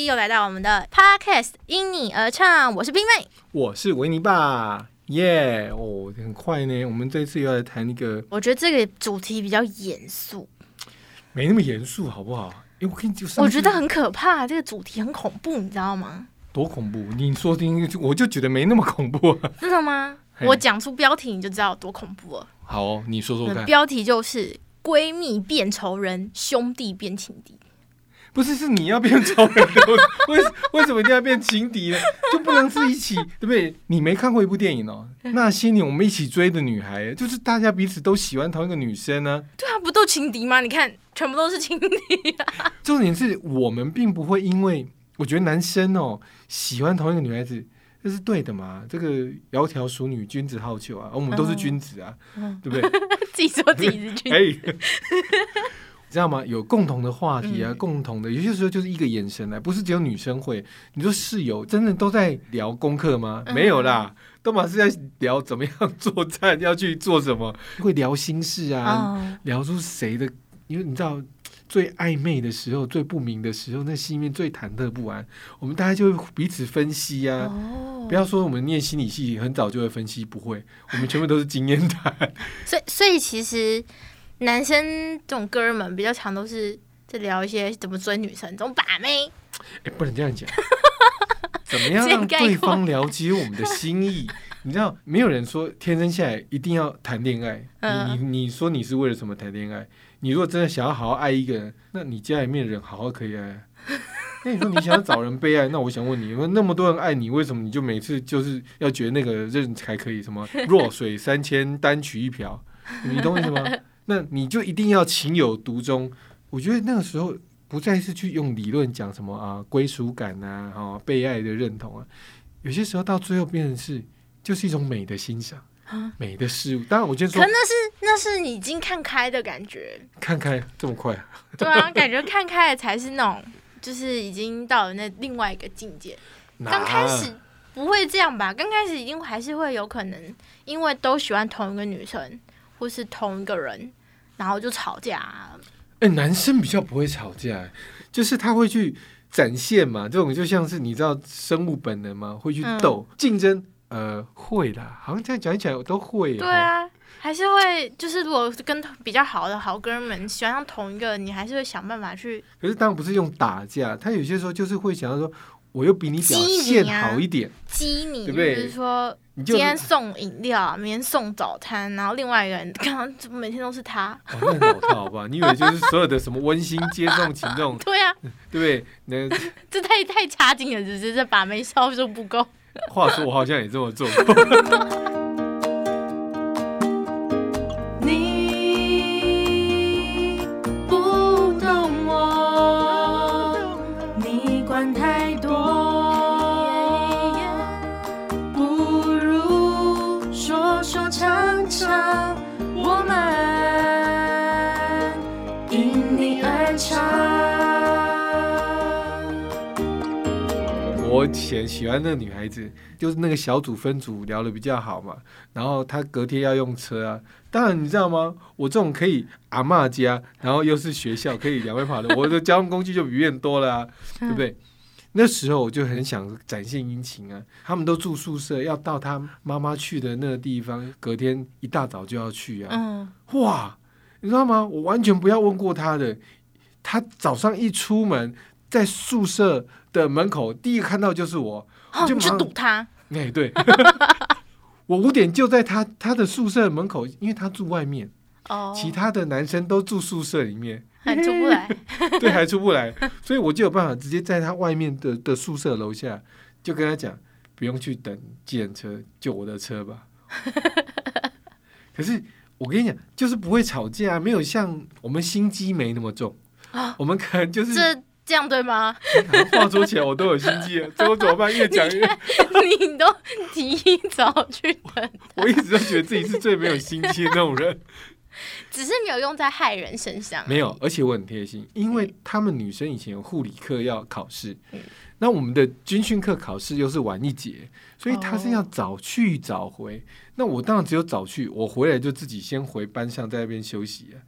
又来到我们的 Podcast 因你而唱，我是冰妹， 我是维尼爸，耶！哦，很快呢，我们这次又来谈一个， 我觉得这个主题比较严肃， 没那么严肃，好不好？我跟你讲， 我觉得很可怕，这个主题很恐怖，你知道吗？ 多恐怖！你说听，我就觉得没那么恐怖啊。 真的吗？我讲出标题你就知道有多恐怖了。 好哦，你说说看。 标题就是闺蜜变仇人，兄弟变情敌。 不是，是你要变仇人的，为什么一定要变情敌呢？就不能是一起，对不对？你没看过一部电影哦？那些年我们一起追的女孩，就是大家彼此都喜欢同一个女生呢。 对啊，不都情敌吗？你看，全部都是情敌啊。 重点是我们并不会因为，我觉得男生哦喜欢同一个女孩子，这是对的嘛？这个窈窕淑女，君子好逑啊，我们都是君子啊，对不对？ 自己说自己是君子。 知道吗？有共同的话题啊，共同的，有些时候就是一个眼神来，不是只有女生会。你说室友真的都在聊功课吗？没有啦，都嘛是在聊怎么样作战，要去做什么，会聊心事啊，聊出谁的，因为你知道最暧昧的时候、最不明的时候，那心里面最忐忑不安，我们大家就会彼此分析啊。不要说我们念心理系很早就会分析，不会，我们全部都是经验谈。 所以其实。男生这种哥们比较常都是在聊一些怎么追女生，怎么把妹。 不能这样讲。怎么样让对方了解我们的心意？你知道，没有人说天生下来一定要谈恋爱。你说你是为了什么谈恋爱？你如果真的想要好好爱一个人，那你家里面的人好好可以爱。那你说你想要找人被爱，那我想问你，那么多人爱你，为什么你就每次就是要觉得那个人才可以什么弱水三千单取一瓢？你懂我意思吗？那你就一定要情有独钟。我觉得那个时候不再是去用理论讲什么啊归属感啊、被爱的认同啊，有些时候到最后变成是就是一种美的欣赏，美的事物。当然我觉得说， 可那是你已经看开的感觉。看开这么快？ 对啊，感觉看开的才是那种就是已经到了那另外一个境界。刚开始不会这样吧？刚开始一定还是会有可能，因为都喜欢同一个女生或是同一个人。然后就吵架男生比较不会吵架，就是他会去展现嘛，这种就像是你知道生物本能嘛，会去斗竞争，会啦，好像这样讲一讲都会。 对啊，还是会，就是如果跟比较好的好哥们喜欢上同一个，你还是会想办法去。 可是当然不是用打架，他有些时候就是会想要说，我又比你表现好一点， 激你， 对不对？ 就是说。今天送饮料，明天送早餐，然后另外一个人刚刚每天都是他。 那很老套好吧？你以为就是所有的什么温馨接送情这种？ 对啊， 对不对？ 这太差劲了，只是这把妹招数不够。 话说我好像也这么做过。 你不懂我，你管太多。唱唱，我们因你而唱。 我以前喜欢那个女孩子，就是那个小组分组聊得比较好嘛，然后她隔天要用车啊。当然你知道吗？我这种可以阿嬷家，然后又是学校可以两位跑的，我的交通工具就比别人多了啊，对不对？那时候我就很想展现殷勤啊，他们都住宿舍，要到他妈妈去的那个地方，隔天一大早就要去啊。哇，你知道吗？我完全不要问过他的，他早上一出门，在宿舍的门口第一个看到就是我， 你就堵他。 对，我5点就在他的宿舍门口，因为他住外面，其他的男生都住宿舍里面。 还出不来。 对，还出不来，所以我就有办法直接在他外面的宿舍楼下就跟他讲，不用去等计程车，就我的车吧。可是我跟你讲，就是不会吵架，没有像我们心机没那么重。我们可能就是这样对吗？ 话说起来我都有心机了，这我怎么办？越讲越你都提早去等。 我一直都觉得自己是最没有心机的那种人。 只是没有用在害人身上。 没有，而且我很贴心，因为他们女生以前有护理课要考试，那我们的军训课考试又是晚一节，所以他是要早去早回。那我当然只有早去，我回来就自己先回班上，在那边休息啊。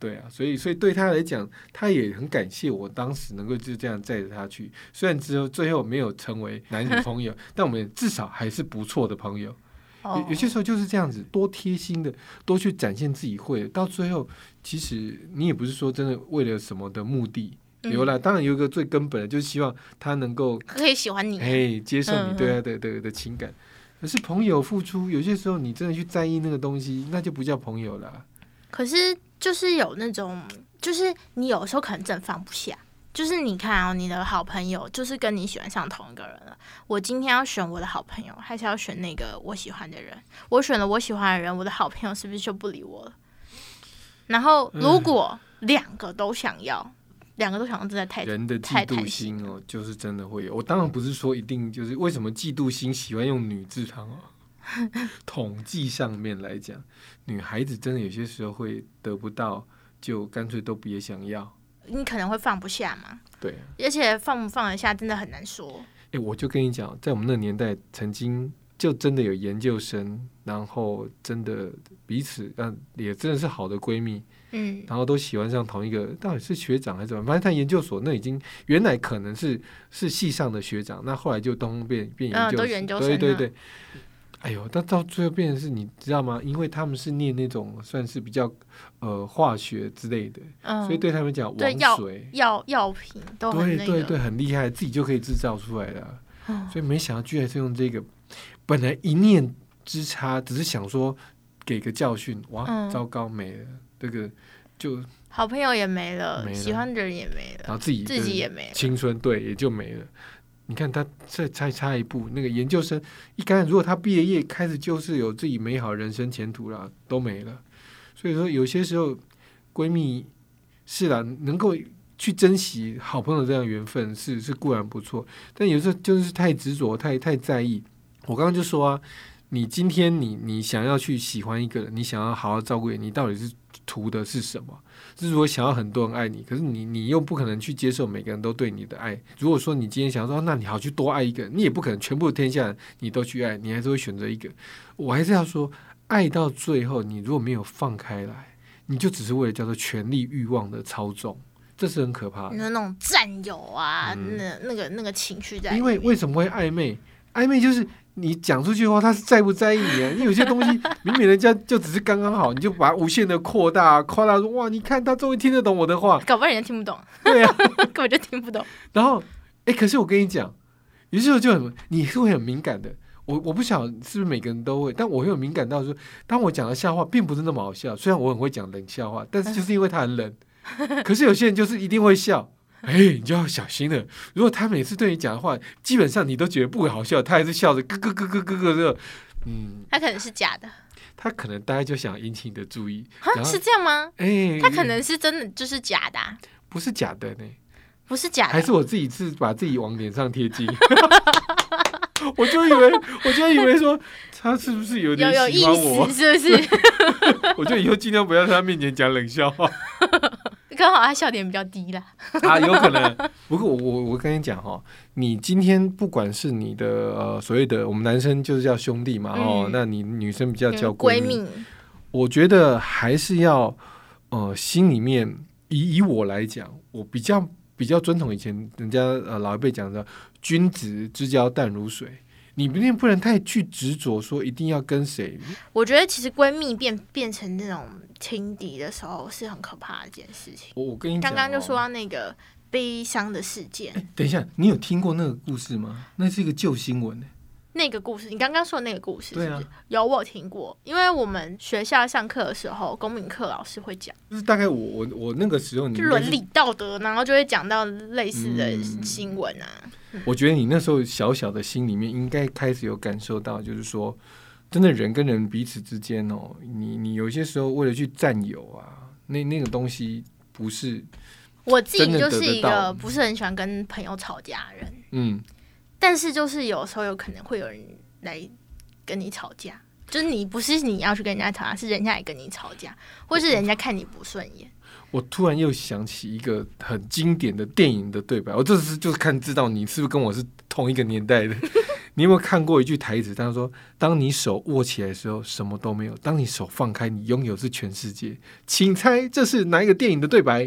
对啊，所以对他来讲，他也很感谢我当时能够就这样载着他去，虽然之后最后没有成为男女朋友，但我们至少还是不错的朋友。有些时候就是这样子，多贴心的，多去展现自己会的，到最后其实你也不是说真的为了什么的目的。有啦，当然有一个最根本的，就是希望他能够可以喜欢你， 接受你对他的情感。可是朋友付出，有些时候你真的去在意那个东西，那就不叫朋友了。 可是就是有那种，就是你有时候可能真放不下。就是你看你的好朋友就是跟你喜欢上同一个人了。我今天要选我的好朋友，还是要选那个我喜欢的人？我选了我喜欢的人，我的好朋友是不是就不理我了？然后如果两个都想要，真的太人的嫉妒心就是真的会有。我当然不是说一定就是为什么嫉妒心喜欢用女字旁统计上面来讲，女孩子真的有些时候会得不到，就干脆都别想要。 你可能会放不下嘛？ 对， 而且放不放得下真的很难说。 我就跟你讲，在我们那个年代，曾经就真的有研究生，然后真的彼此也真的是好的闺蜜，然后都喜欢上同一个，到底是学长还是怎么？反正他研究所那已经原来可能是系上的学长，那后来就都变研究所， 都研究生， 对。哎呦，但到最后变成是你知道吗？因为他们是念那种算是比较化学之类的，所以对他们讲王水药品都很那个， 对，很厉害，自己就可以制造出来的。所以没想到居然是用这个，本来一念之差，只是想说给个教训，哇，糟糕没了，这个就好朋友也没了，喜欢的人也没了， 然后自己也没了， 青春对也就没了。你看他再差一步，那个研究生一开始如果他毕业开始就是有自己美好人生前途啦，都没了。所以说有些时候闺蜜是啦，能够去珍惜好朋友这样的缘分是固然不错，但有时候就是太执着太在意。我刚刚就说啊，你今天你想要去喜欢一个人，你想要好好照顾你到底是图的是什么？是如果想要很多人爱你，可是你又不可能去接受每个人都对你的爱。如果说你今天想说，那你好去多爱一个人，你也不可能全部天下你都去爱，你还是会选择一个。我还是要说，爱到最后，你如果没有放开来，你就只是为了叫做权力欲望的操纵，这是很可怕的。 那种占有啊，那个情绪在里面。 因为为什么会暧昧？暧昧就是你讲出去的话，他是在不在意你啊？你有些东西明明人家就只是刚刚好，你就把它无限的夸大说哇，你看他终于听得懂我的话， 搞不好人家听不懂。 对啊， 根本就听不懂。 然后可是我跟你讲，有些时候就你是会很敏感的。我不晓得是不是每个人都会，但我会有敏感到说，当我讲的笑话并不是那么好笑，虽然我很会讲冷笑话，但是就是因为他很冷。可是有些人就是一定会笑。你就要小心了。如果他每次对你讲的话，基本上你都觉得不好笑，他还是笑着咯咯咯咯咯咯的， 他可能是假的， 他可能大概就想引起你的注意。 是这样吗？他可能是真的就是假的， 不是假的呢， 不是假的， 还是我自己是把自己往脸上贴金。我就以为说他是不是有点喜欢我， 有意思，是不是？ 我就以后尽量不要在他面前讲冷笑话。 刚好他笑点比较低啦。 有可能。不过我跟你讲你今天不管是你的所谓的我们男生就是叫兄弟嘛那你女生比较叫闺蜜，我觉得还是要心里面以我来讲，我比较尊崇以前人家老一辈讲的君子之交淡如水。你不能太去执着说一定要跟谁。 我觉得其实闺蜜变成那种情敌的时候是很可怕的一件事情。 我跟你讲， 刚刚就说到那个悲伤的事件。 等一下，你有听过那个故事吗？那是一个旧新闻。 那个故事，你刚刚说的那个故事是不是？ 对啊， 有我听过，因为我们学校上课的时候，公民课老师会讲， 就是大概我那个时候就伦理道德，然后就会讲到类似的新闻啊。 我觉得你那时候小小的心里面应该开始有感受到，就是说，真的人跟人彼此之间你有些时候为了去占有啊，那个东西不是。 我自己就是一个不是很喜欢跟朋友吵架的人，但是就是有时候有可能会有人来跟你吵架，就是你不是你要去跟人家吵架，是人家也跟你吵架，或是人家看你不顺眼。 我突然又想起一个很经典的电影的对白，我这次就是知道你是不是跟我是同一个年代的。 你有没有看过一句台词？他说：“当你手握起来的时候，什么都没有；当你手放开，你拥有是全世界。”请猜这是哪一个电影的对白？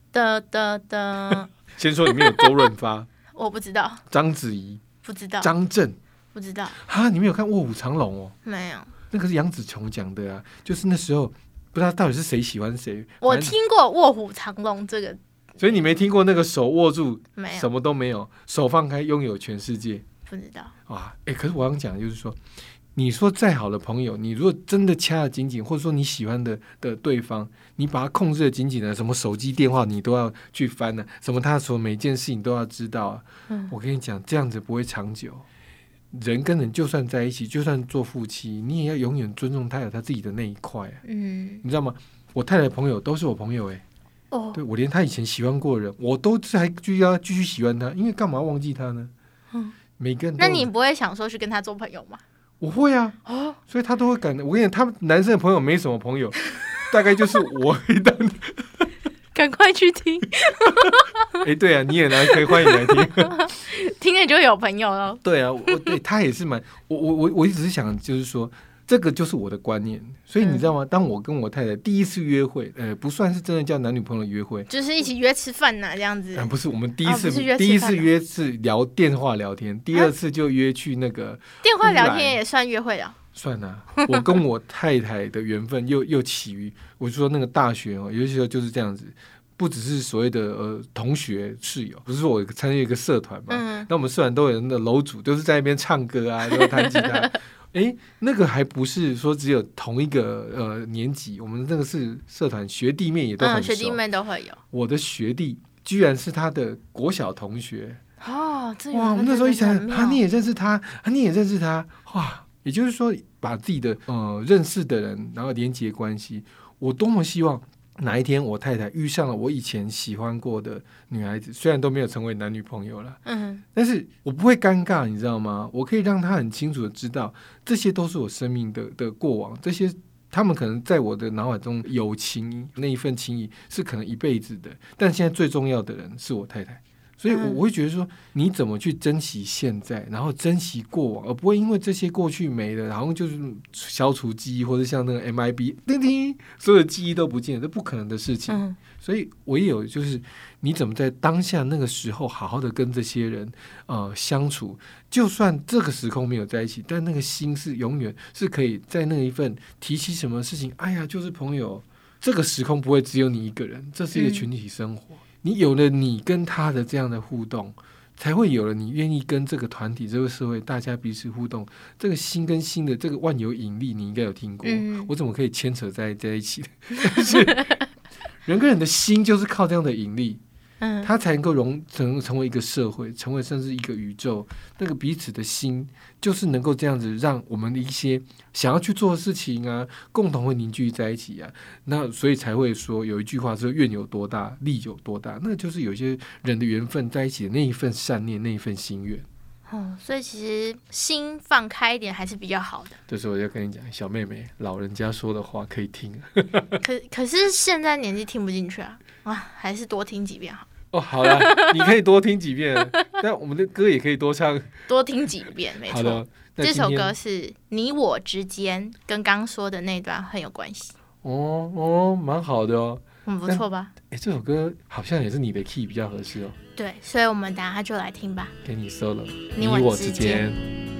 先说里面有周润发， 我不知道。章子怡， 不知道。 张震， 不知道。 哈，你没有看《卧虎藏龙》哦？ 没有。 那个是杨紫琼讲的啊，就是那时候不知道到底是谁喜欢谁。 我听过《卧虎藏龙》这个。 所以你没听过那个手握住， 没有， 什么都没有，手放开拥有全世界？ 不知道。 哇，可是我想讲的就是说，你说再好的朋友，你如果真的掐得紧紧，或者说你喜欢的对方，你把他控制得紧紧的，什么手机电话你都要去翻啊，什么他说每件事情都要知道啊。我跟你讲，这样子不会长久。人跟人就算在一起，就算做夫妻，你也要永远尊重他有他自己的那一块啊。你知道吗？我太太的朋友都是我朋友对，我连他以前喜欢过的人，我都还继续喜欢他，因为干嘛忘记他呢？每个人都。 那你不会想说去跟他做朋友吗？ 我会啊，所以他都会感。我跟你讲，他们男生的朋友没什么朋友，大概就是我一单。 赶快去听。 对啊，你也可以欢迎来听。 听了就有朋友了。 对啊，对他也是蛮我一直是想就是说。这个就是我的观念，所以你知道吗？当我跟我太太第一次约会，不算是真的叫男女朋友约会， 就是一起约吃饭这样子。 不是，我们第一次约是电话聊天，第二次就约去那个电话聊天也算约会了。 算啊，我跟我太太的缘分又起于，我就说那个大学有些时候就是这样子。不只是所谓的同学室友，不是说我参加一个社团嘛？那我们社团都有那楼主，都是在那边唱歌啊，然后弹吉他。那个还不是说只有同一个年级，我们那个是社团，学弟妹也都很熟， 学弟妹都会有。 我的学弟居然是他的国小同学哇！ 我们那时候一想，你也认识他，你也认识他，哇！也就是说，把自己的认识的人，然后连结关系，我多么希望。哪一天我太太遇上了我以前喜欢过的女孩子，虽然都没有成为男女朋友了，但是我不会尴尬，你知道吗？我可以让她很清楚的知道，这些都是我生命的过往，这些他们可能在我的脑海中友情那一份情谊是可能一辈子的，但现在最重要的人是我太太。所以我会觉得说，你怎么去珍惜现在，然后珍惜过往，而不会因为这些过去没了，好像就是消除记忆，或者像那个 MIB 叮叮，所有的记忆都不见了，这不可能的事情。所以我也有就是你怎么在当下那个时候好好的跟这些人相处，就算这个时空没有在一起，但那个心是永远是可以在那一份提起什么事情，哎呀，就是朋友，这个时空不会只有你一个人，这是一个群体生活。你有了你跟他的这样的互动，才会有了你愿意跟这个团体、这个社会大家彼此互动。这个心跟心的这个万有引力，你应该有听过。我怎么可以牵扯在一起的？但是人跟人的心就是靠这样的引力，它才能够成为一个社会，成为甚至一个宇宙。那个彼此的心，就是能够这样子让我们的一些想要去做的事情啊，共同会凝聚在一起啊。那所以才会说有一句话说愿有多大，力有多大。那就是有些人的缘分在一起的那一份善念，那一份心愿。 所以其实心放开一点还是比较好的。 这时候我就跟你讲，小妹妹，老人家说的话可以听。 可是现在年纪听不进去啊，还是多听几遍好。 好啦，你可以多听几遍，但我们的歌也可以多唱， 多听几遍，没错。 好的， 这首歌是你我之间，跟刚说的那段很有关系。 蛮好的哦。 不错吧？ 这首歌好像也是你的 key 比较合适哦。 对，所以我们等一下就来听吧。 给你 solo， 你我之间。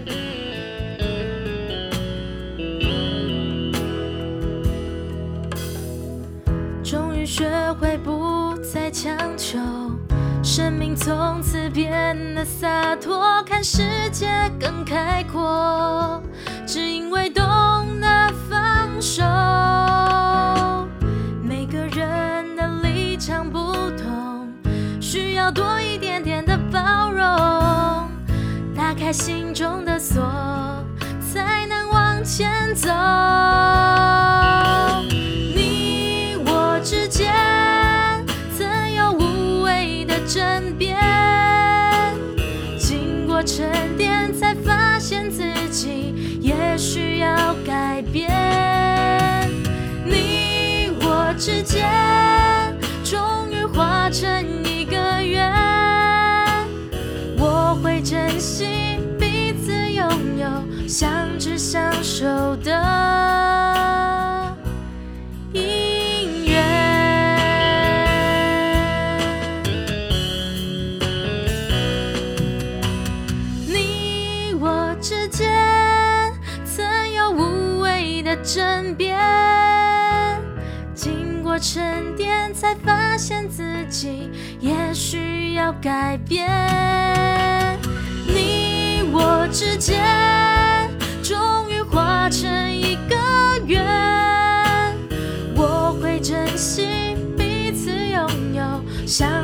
终于学会不再强求，生命从此变得洒脱，看世界更开阔，只因为懂得放手。每个人的立场不同，需要多一点点的包容，打开心中的锁，才能往前走。你我之间曾有无谓的争辩，经过沉淀才发现自己也需要改变。你我之间终于化成一个圆，我会珍惜彼此像只享受的音乐。你我之间曾有无谓的争辩，经过沉淀才发现自己也需要改变。你我之间终于化成一个圆，我会珍惜彼此拥有相